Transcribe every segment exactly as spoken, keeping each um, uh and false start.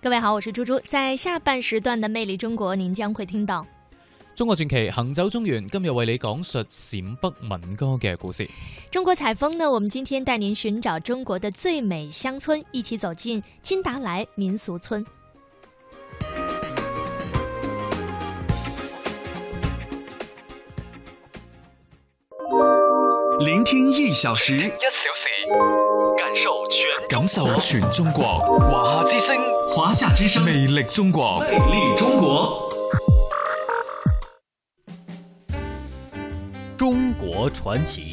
各位好，我是猪猪。在下半時段的《魅力中國》，您將會聽到中國傳奇行走中原今日為你講述陝北民歌嘅故事。 中國採風呢，我們今天帶您尋找中國的最美鄉村，一起走進金達萊民俗村。 聆聽一小時， 一小時， 感受全感受全中國。 華夏之聲， 華夏之聲，魅力中國，魅力中國。 中國傳奇。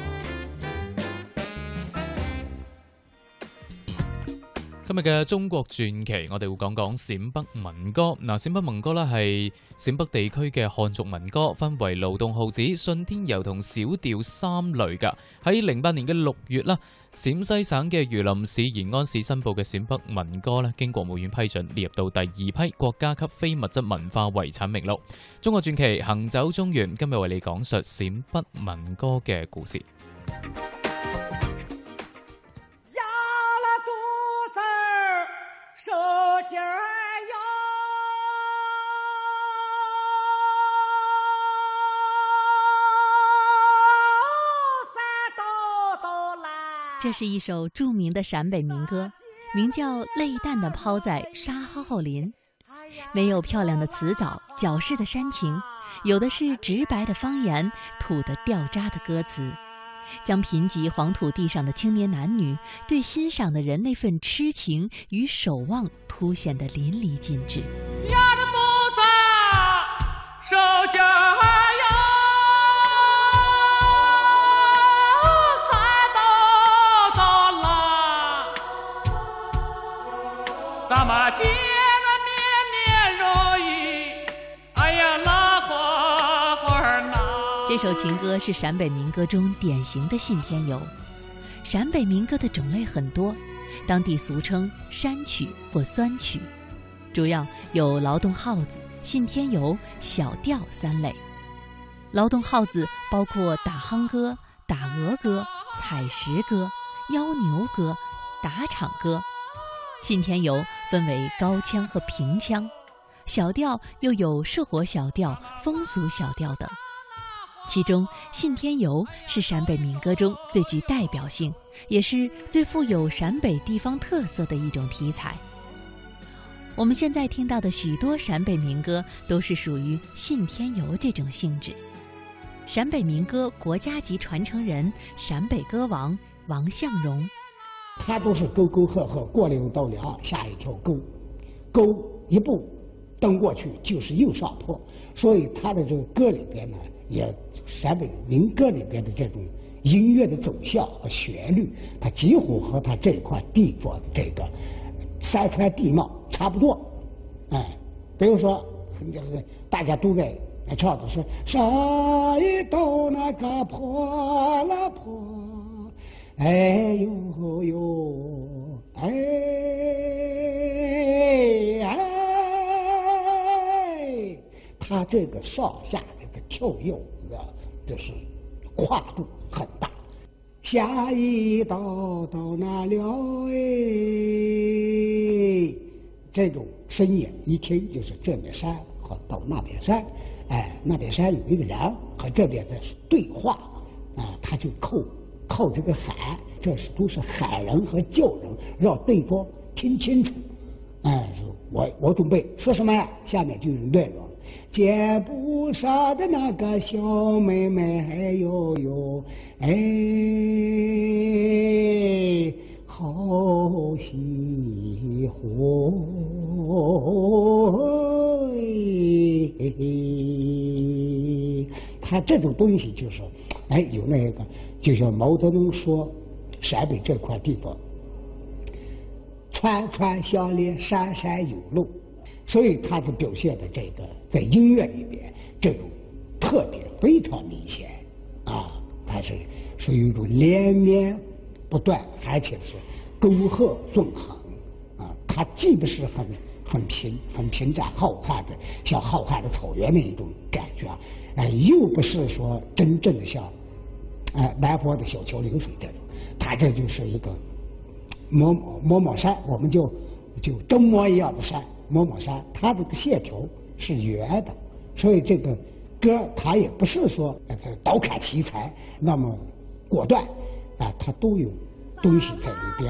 今日嘅中國傳奇，我哋會講講陝北民歌。嗱，陝北民歌咧係陝北地區嘅漢族民歌，分為勞動號子、信天遊同小調三類噶。喺零八年嘅六月啦，陝西省嘅榆林市延安市申報嘅陝北民歌咧，經國務院批准列入到第二批國家級非物質文化遺產名錄。中國傳奇行走中原，今日為你講述陝北民歌嘅故事。 这是一首著名的陕北民歌，名叫《泪淡的抛在沙蒿蒿林》。没有漂亮的词藻、矫饰的煽情，有的是直白的方言、土的掉渣的歌词，将贫瘠黄土地上的青年男女对欣赏的人那份痴情与守望凸显得淋漓尽致。 压着肚子手加油，咱们见了面面容易，哎呀拉花花拿。 这首情歌是陕北民歌中典型的信天游。陕北民歌的种类很多，当地俗称山曲或酸曲，主要有劳动号子、信天游、小调三类。劳动号子包括打夯歌、打鹅歌、采石歌、邀牛歌、打场歌。信天游分为高腔和平腔，小调又有社火小调、风俗小调等。其中信天游是陕北民歌中最具代表性，也是最富有陕北地方特色的一种题材。我们现在听到的许多陕北民歌都是属于信天游这种性质。陕北民歌国家级传承人、陕北歌王王向荣， 它都是沟沟壑壑，过溜到梁下一条沟，沟一步蹬过去就是又上坡，所以它的这个歌里边呢，也陕北民歌里边的这种音乐的走向和旋律，它几乎和它这块地方的这个山川地貌差不多。哎，比如说，就是大家都爱唱的是上一道那个坡了坡。哎呦呦，哎哎，他这个上下这个跳跃啊，就是跨度很大。下一道到哪了哎，这种声音一听就是这边山和到那边山，哎，那边山有一个人和这边在对话啊，他就扣。靠这个喊，这是都是喊人和叫人，让对方听清楚。哎，我我准备说什么呀？下面就有人乱了。肩部上的那个小妹妹，哎呦呦，哎，好喜欢。他这种东西就是，哎，有那个。就像毛泽东说，陕北这块地方，川川相连，山山有路，所以他就表现的这个在音乐里边这种特点非常明显啊，它是属于一种连绵不断，而且是沟壑纵横啊，它既不是很很平很平展浩瀚的像浩瀚的草原那一种感觉啊，哎，又不是说真正的像。哎，南方的小桥流水这种，它这就是一个毛毛毛山，我们叫就针摸一样的山，某某山，它这个线条是圆的，所以这个歌它也不是说刀砍题材那么果断啊，它都有东西在里边。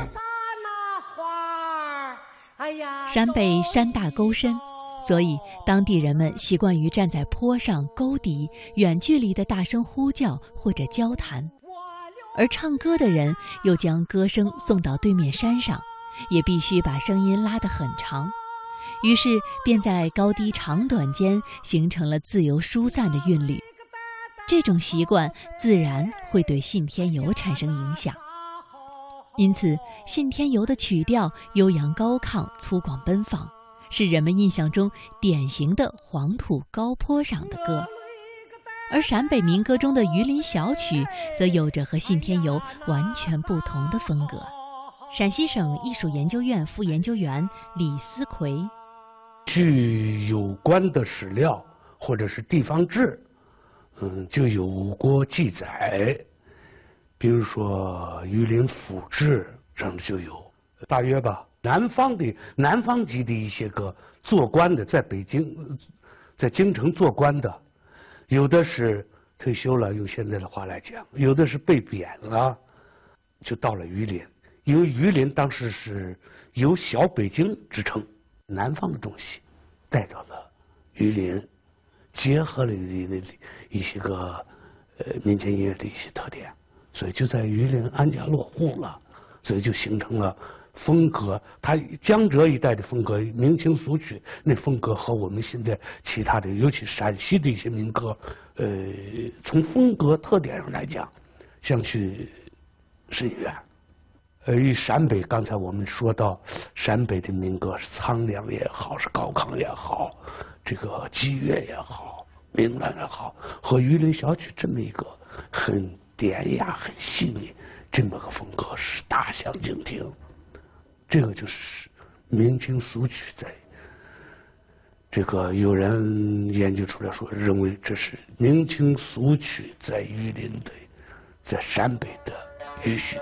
陕北山大沟深，所以当地人们习惯于站在坡上沟底，远距离的大声呼叫或者交谈，而唱歌的人又将歌声送到对面山上，也必须把声音拉得很长，于是便在高低长短间形成了自由疏散的韵律。这种习惯自然会对信天游产生影响，因此信天游的曲调悠扬高亢、粗犷奔放，是人们印象中典型的黄土高坡上的歌。而陕北民歌中的榆林小曲则有着和信天游完全不同的风格。陕西省艺术研究院副研究员李思奎： 据有关的史料或者是地方志，嗯，就有过记载，比如说榆林府志上就有，大约吧，南方的南方籍的一些个做官的，在北京，在京城做官的，有的是退休了，用现在的话来讲，有的是被贬了，就到了榆林。因为榆林当时是有小北京之称，南方的东西带到了榆林，结合了榆林的一些个呃民间音乐的一些特点，所以就在榆林安家落户了，所以就形成了风格。它江浙一带的风格，明清俗曲那风格和我们现在其他的，尤其陕西的一些民歌，呃，从风格特点上来讲，相去甚远。呃，与陕北，刚才我们说到，陕北的民歌是苍凉也好，是高亢也好，这个激越也好，明朗也好，和榆林小曲这么一个很典雅、很细腻这么个风格是大相径庭。这个就是明清俗曲在，这个有人研究出来说，认为这是明清俗曲在榆林的，在陕北的余绪。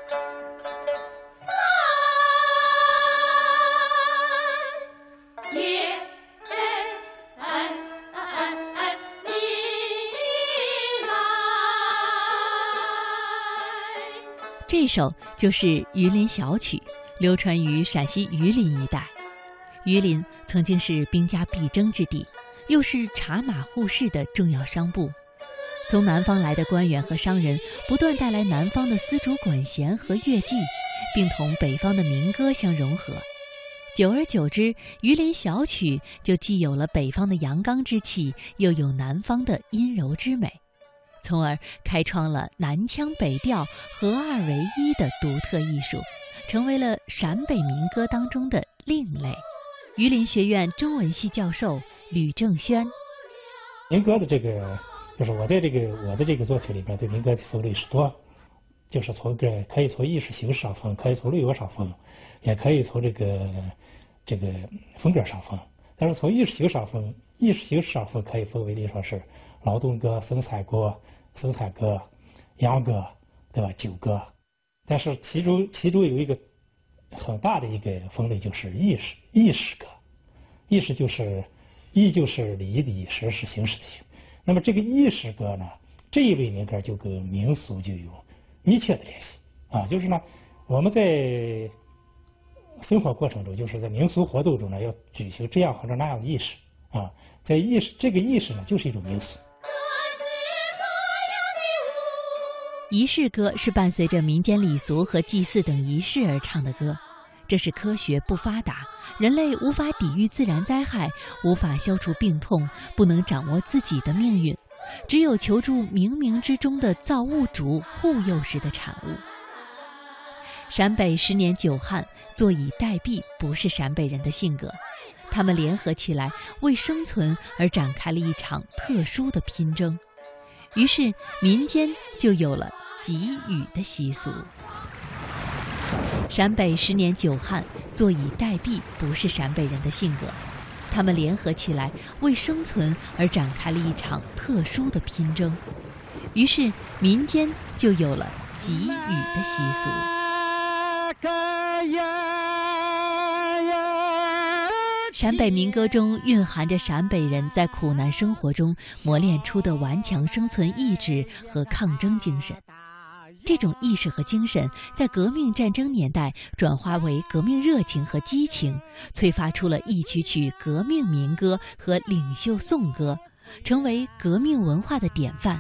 这首就是榆林小曲，流传于陕西榆林一带。榆林曾经是兵家必争之地，又是茶马互市的重要商埠。从南方来的官员和商人不断带来南方的丝竹管弦和乐伎，并同北方的民歌相融合。久而久之，榆林小曲就既有了北方的阳刚之气，又有南方的阴柔之美，从而开创了南腔北调合二为一的独特艺术，成为了陕北民歌当中的另类。榆林学院中文系教授吕正轩： 民歌的这个，就是我在这个我的这个作品里边对民歌的分类是多，就是从个可以从意识形式上分，可以从律乐上分，也可以从这个这个风格上分。但是从意识形式上分，意识形式上分可以分为，例如说是劳动歌、生产歌、生产歌、秧歌，对吧？酒歌。但是其中其中有一个很大的一个分类，就是意识意识歌。意识就是意就是礼仪的意，识是形式的形。那么这个意识歌呢，这一类民歌就跟民俗就有密切的联系啊。就是呢，我们在生活过程中，就是在民俗活动中呢，要举行这样或者那样的仪式啊。在意识这个意识呢，就是一种民俗。 仪式歌是伴随着民间礼俗和祭祀等仪式而唱的歌，这是科学不发达，人类无法抵御自然灾害，无法消除病痛，不能掌握自己的命运，只有求助冥冥之中的造物主护佑时的产物。陕北十年久旱，坐以待毙不是陕北人的性格，他们联合起来为生存而展开了一场特殊的拼争，于是民间就有了给予的习俗。陕北十年久旱，坐以待毙不是陕北人的性格，他们联合起来为生存而展开了一场特殊的拼争，于是民间就有了给予的习俗。 陕北民歌中蕴含着陕北人在苦难生活中磨练出的顽强生存意志和抗争精神。这种意识和精神在革命战争年代转化为革命热情和激情，催发出了一曲曲革命民歌和领袖颂歌，成为革命文化的典范。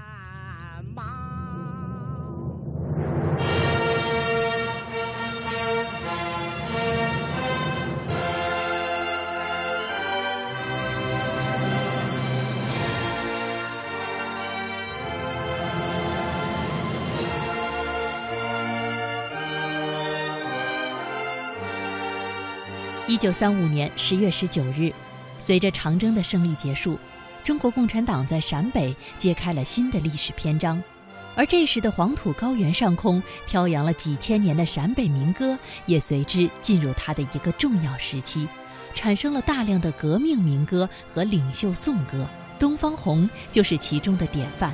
一九三五年十月十九日，随着长征的胜利结束，中国共产党在陕北揭开了新的历史篇章。而这时的黄土高原上空飘扬了几千年的陕北民歌，也随之进入它的一个重要时期，产生了大量的革命民歌和领袖颂歌。东方红就是其中的典范。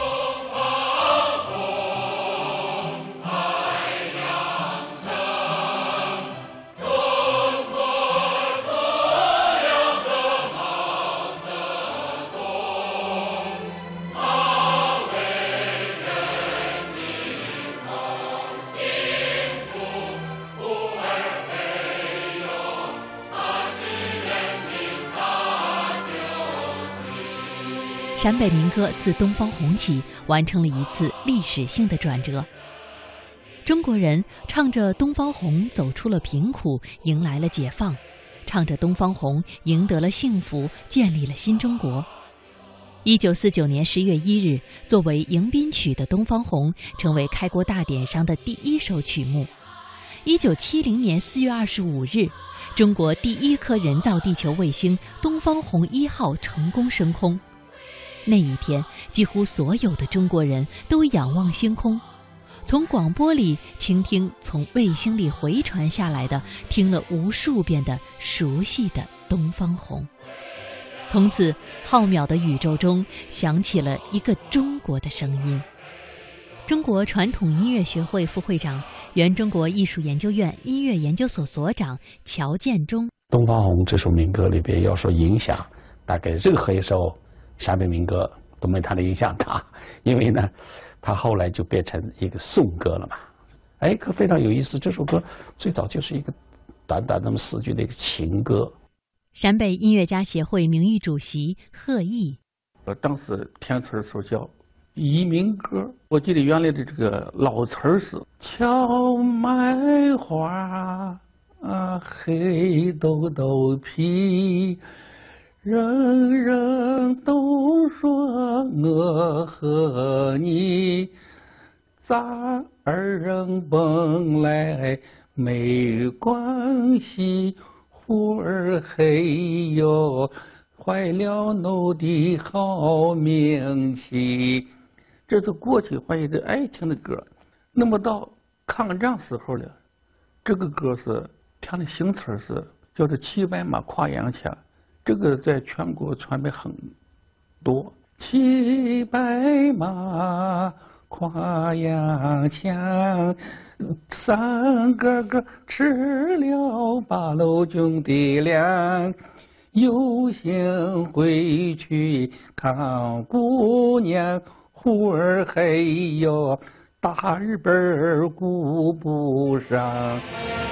陕北民歌自东方红起，完成了一次历史性的转折。中国人唱着《东方红》走出了贫苦，迎来了解放；唱着《东方红》赢得了幸福，建立了新中国。一九四九年十月一日，作为迎宾曲的《东方红》成为开国大典上的第一首曲目。一九七零年四月二十五日，中国第一颗人造地球卫星“东方红一号”成功升空。那一天，几乎所有的中国人都仰望星空，从广播里倾听从卫星里回传下来的听了无数遍的熟悉的《东方红》。从此，浩渺的宇宙中响起了一个中国的声音。中国传统音乐学会副会长、原中国艺术研究院音乐研究所所长乔建中： 东方红这首民歌里边，要说影响，大概任何一首陕北民歌都没它的影响大，因为呢，它后来就变成一个颂歌了嘛。哎，可非常有意思，这首歌最早就是一个短短那么四句的一个情歌。 陕北音乐家协会名誉主席贺毅： 我当时填词的时候叫移民歌，我记得原来的这个老词儿是荞麦花啊，黑豆豆皮。人人都说我和你咋二人本来没关系，忽而嘿哟坏了我的好名气。这是过去欢迎的爱情的歌。那么到抗战时候了，这个歌是填的新词是叫做骑白马跨洋墙，这个在全国传的很多。骑白马跨洋墙，三哥哥吃了八路军的粮，有心回去看姑娘，忽而嘿哟大日本顾不上。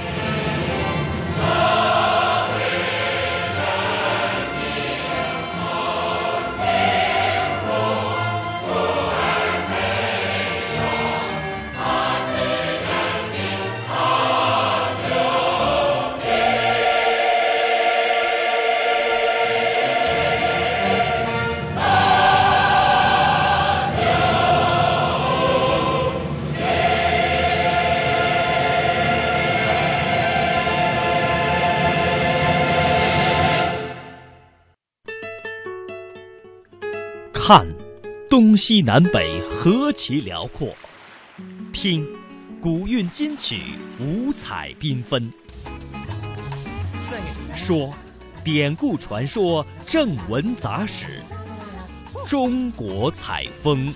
看，东西南北何其辽阔；听，古韵今曲五彩缤纷；说，典故传说正文杂史，中国采风。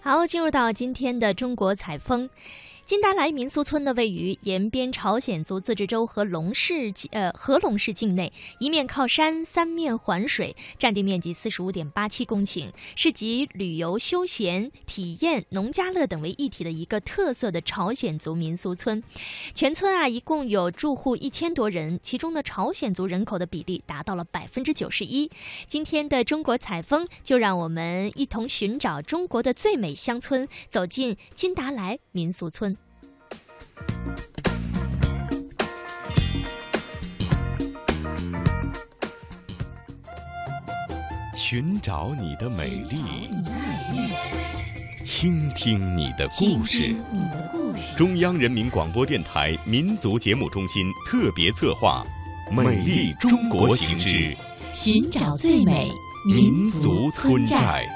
好，进入到今天的中国采风。金达莱民俗村呢，位于延边朝鲜族自治州和龙市呃合龙市境内，一面靠山，三面环水，占地面积四十五点八七公顷，是集旅游、休闲、体验、农家乐等为一体的一个特色的朝鲜族民俗村。全村啊，一共有住户一千多人，其中的朝鲜族人口的比例达到了百分之九十一。今天的中国采风，就让我们一同寻找中国的最美乡村，走进金达莱民俗村。 寻找你的美丽，倾听你的故事。中央人民广播电台民族节目中心特别策划《美丽中国行之寻找最美民族村寨》。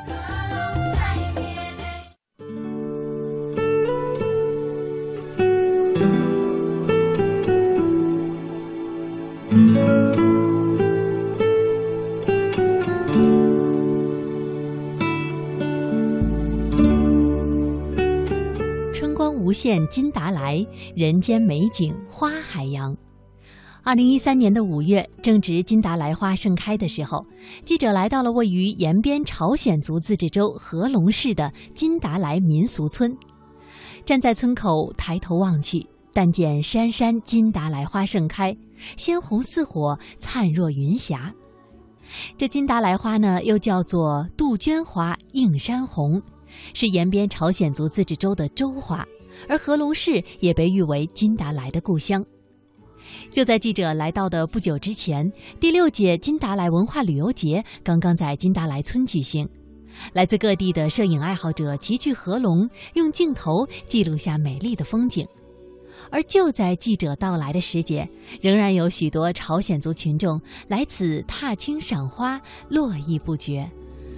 无限金达莱，人间美景花海洋。二零一三年的五月，正值金达莱花盛开的时候，记者来到了位于延边朝鲜族自治州合龙市的金达莱民俗村。站在村口抬头望去，但见山山金达莱花盛开，鲜红似火，灿若云霞。这金达莱花呢，又叫做杜鹃花、映山红，是延边朝鲜族自治州的州花。而合龙市也被誉为金达莱的故乡。就在记者来到的不久之前，第六届金达莱文化旅游节刚刚在金达莱村举行，来自各地的摄影爱好者齐聚合龙，用镜头记录下美丽的风景。而就在记者到来的时节，仍然有许多朝鲜族群众来此踏青赏花，络绎不绝。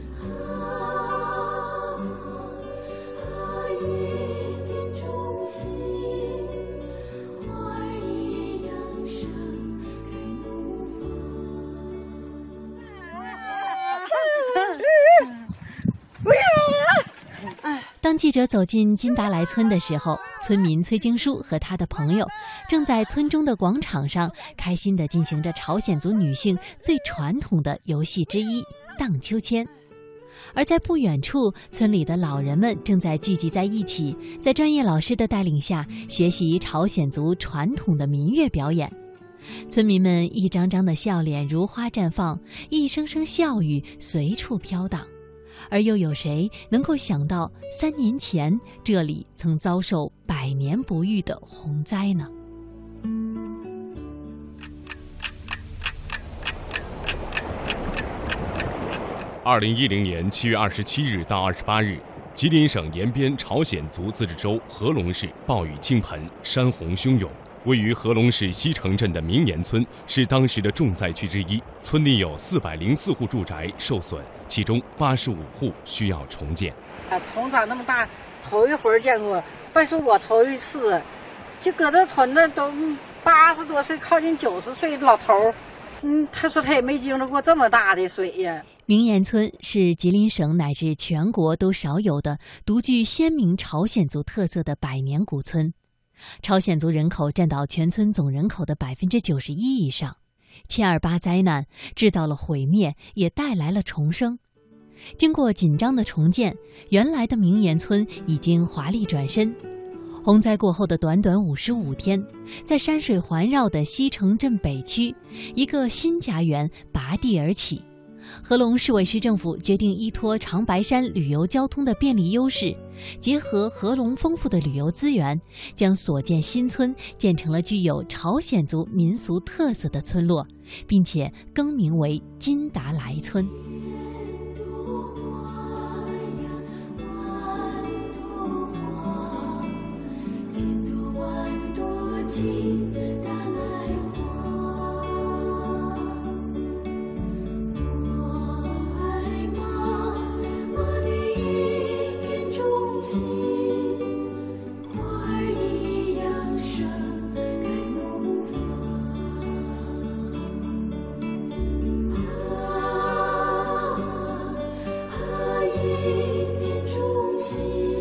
当记者走进金达莱村的时候，村民崔京书和他的朋友正在村中的广场上开心地进行着朝鲜族女性最传统的游戏之一荡秋千。而在不远处，村里的老人们正在聚集在一起，在专业老师的带领下学习朝鲜族传统的民乐表演。村民们一张张的笑脸如花绽放，一声声笑语随处飘荡。而又有谁能够想到，三年前这里曾遭受百年不遇的洪灾呢？ 二零一零年七月二十七日到二十八日，吉林省延边朝鲜族自治州合龙市暴雨倾盆，山洪汹涌。位于合龙市西城镇的明岩村是当时的重灾区之一，村里有四百零四户住宅受损，其中八十五户需要重建。 啊，从长那么大，头一回见过，别说我头一次，就搁这屯子都八十多岁，靠近九十岁的老头，嗯，他说他也没经历过这么大的水呀。 明岩村是吉林省乃至全国都少有的独具鲜明朝鲜族特色的百年古村。朝鲜族人口占到全村总人口的百分之九十一以上。七二八灾难制造了毁灭，也带来了重生。经过紧张的重建，原来的明岩村已经华丽转身。洪灾过后的短短五十五天，在山水环绕的西城镇北区，一个新家园拔地而起。合龙市委市政府决定依托长白山旅游交通的便利优势，结合合龙丰富的旅游资源，将所建新村建成了具有朝鲜族民俗特色的村落，并且更名为金达莱村。 心。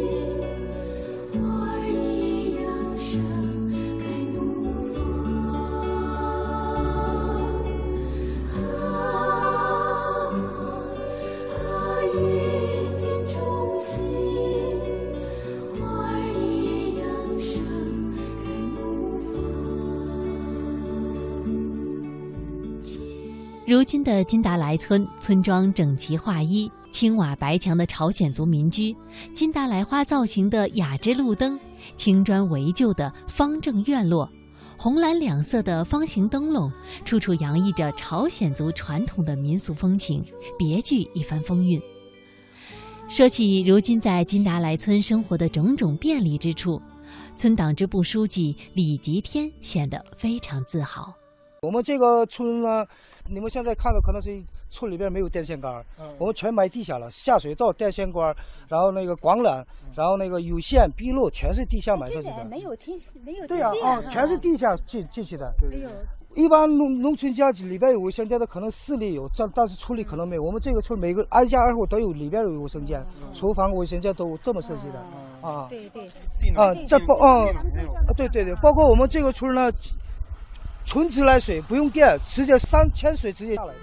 如今的金达莱村，村庄整齐划一，青瓦白墙的朝鲜族民居，金达莱花造型的雅致路灯，青砖围就的方正院落，红蓝两色的方形灯笼，处处洋溢着朝鲜族传统的民俗风情，别具一番风韵。说起如今在金达莱村生活的种种便利之处，村党支部书记李吉天显得非常自豪。 我们这个村呢，你们现在看到可能是村里边没有电线杆，嗯、我们全埋地下了，下水道、电线杆，然后那个广缆，然后那个有线、闭路，全是地下埋上去的。 没有天，没有对呀，啊，全是地下进进去的。 没有。 一般农农村家里边有卫生间的，可能市里有，但但是村里可能没有。我们这个村每个挨家挨户都有，里边有卫生间，嗯、厨房、卫生间都这么设计的。嗯、啊， 对对。 啊，这包啊，对对对，包括我们这个村呢。纯自来水不用电，直接三千水直接下来的。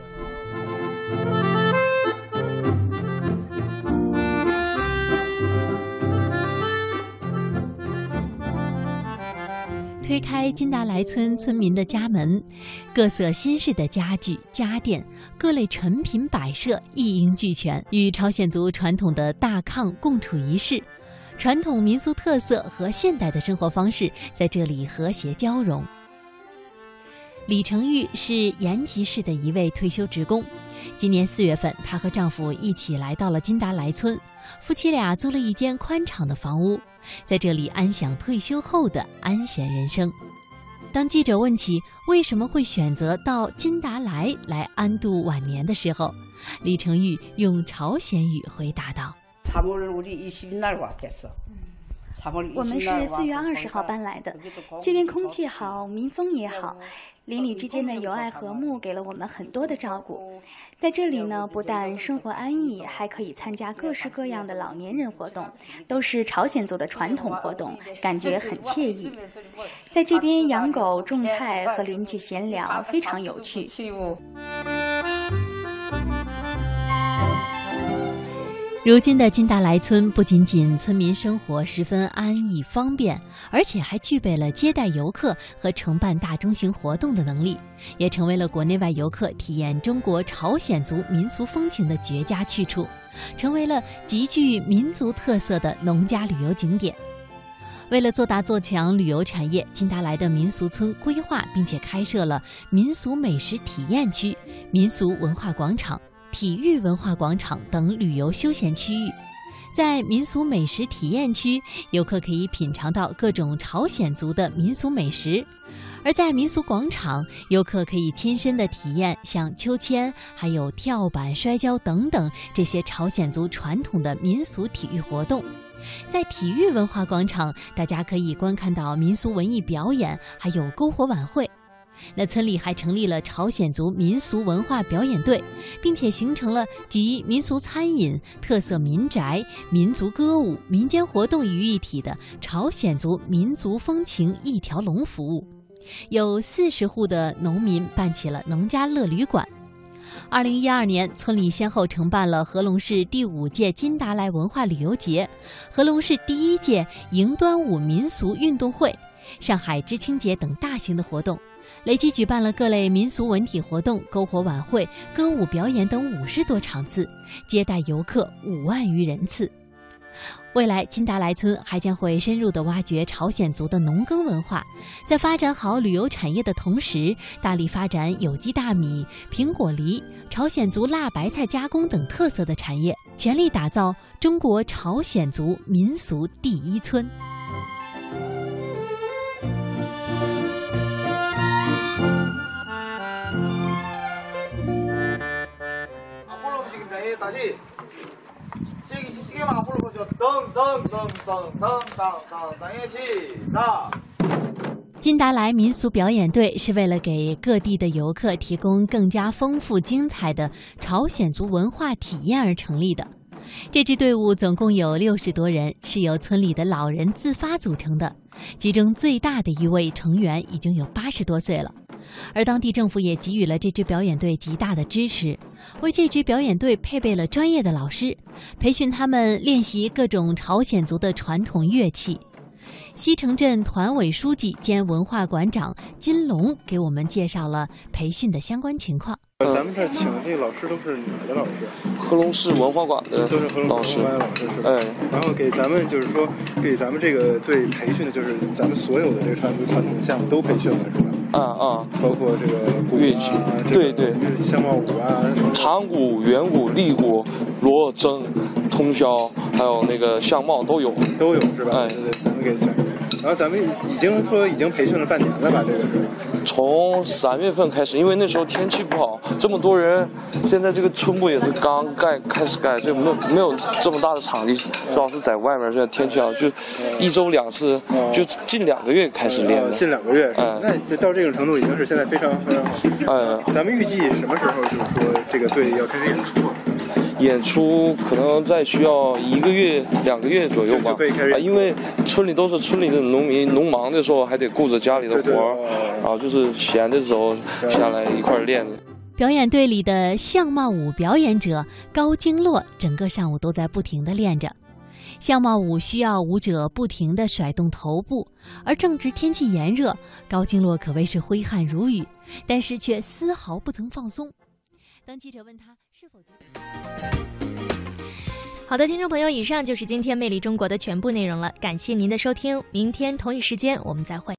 推开金达莱村村民的家门，各色新式的家具、家电、各类陈品摆设一应俱全，与朝鲜族传统的大炕共处一室，传统民俗特色和现代的生活方式在这里和谐交融。李成玉是延吉市的一位退休职工，今年四月份，她和丈夫一起来到了金达莱村，夫妻俩租了一间宽敞的房屋，在这里安享退休后的安闲人生。当记者问起为什么会選擇到金達萊來安度晚年的時候，李成玉用朝鮮語回答道： 我們是四月二十號搬來的，這邊空氣好，民風也好，鄰里之間的友愛和睦給了我們很多的照顧。在這裡呢，不但生活安逸，還可以參加各式各樣的老年人活動，都是朝鮮族的傳統活動，感覺很愜意。在這邊養狗、種菜和鄰居閒聊，非常有趣。 如今的金達萊村不僅僅村民生活十分安逸方便，而且還具備了接待遊客和承辦大中型活動的能力，也成為了國內外遊客體驗中國朝鮮族民俗風情的絕佳去處，成為了極具民族特色的農家旅遊景點。為了做大做強旅遊產業，金達萊的民俗村規劃並且開設了民俗美食體驗區、民俗文化廣場、體育文化廣場等旅遊休閒區域。在民俗美食體驗區，遊客可以品嘗到各種朝鮮族的民俗美食；而在民俗廣場，遊客可以親身的體驗像秋千、還有跳板、摔跤等等這些朝鮮族傳統的民俗體育活動。在體育文化廣場，大家可以觀看到民俗文藝表演，還有篝火晚會。那村里還成立了朝鮮族民俗文化表演隊，並且形成了集民俗餐飲、特色民宅、民族歌舞、民間活動於一體的朝鮮族民族風情一條龍服務。有四十戶的農民辦起了農家樂旅館。二零一二年，村里先後承辦了合龍市第五屆金達萊文化旅遊節、合龍市第一屆迎端午民俗運動會、上海知青節等大型的活動，累計舉辦了各類民俗文體活動、篝火晚會、歌舞表演等五十多場次，接待遊客五萬餘人次。未來金達萊村還將會深入地挖掘朝鮮族的農耕文化，在發展好旅遊產業的同時，大力發展有機大米、蘋果梨、朝鮮族辣白菜加工等特色的產業，全力打造中國朝鮮族民俗第一村。 大戲시계 막 앞으로 보죠. 덩덩덩덩덩덩덩 金達萊民俗表演隊是為了給各地的遊客提供更加豐富精彩的朝鮮族文化體驗而成立的。這支隊伍總共有六十多人，是由村里的老人自發組成的，其中最大的一位成員已經有八十多歲了。而當地政府也給予了這支表演隊極大的支持，為這支表演隊配備了專業的老師，培訓他們練習各種朝鮮族的傳統樂器。西城鎮團委書記兼文化館長金龍給我們介紹了培訓的相關情況。 呃，咱们这儿请的这个老师都是哪儿的老师？ 合隆市文化馆的都是合隆老师， 文化馆的老师是吧？ 哎， 然后给咱们就是说，给咱们这个队培训的，就是咱们所有的这个传传统的项目都培训了是吧？ 啊啊， 包括这个鼓乐器， 啊， 对对， 相貌舞啊， 长鼓、圆鼓、立鼓、罗筝、通宵，还有那个相貌都有， 都有是吧？ 哎， 对对，咱们给全。然后咱们已经说已经培训了半年了吧？这个是从三月份开始，因为那时候天气不好，这么多人，现在这个村部也是刚盖开始盖，所以没有没有这么大的场地，主要是在外面。现在天气好，就一周两次，就近两个月开始练的。 近两个月， 哎， 那到这种程度已经是现在非常非常好。 哎， 咱们预计什么时候就是说这个队要开始演出？ 演出可能再需要一个月、两个月左右吧，啊，因为村里都是村里的农民，农忙的时候还得顾着家里的活儿，啊，就是闲的时候下来一块儿练。 表演队里的相貌舞表演者高经络，整个上午都在不停地练着。相貌舞需要舞者不停地甩动头部，而正值天气炎热，高经络可谓是挥汗如雨，但是却丝毫不曾放松。当记者问他是否觉得…… 好的，听众朋友，以上就是今天《魅力中国》的全部内容了，感谢您的收听，明天同一时间我们再会。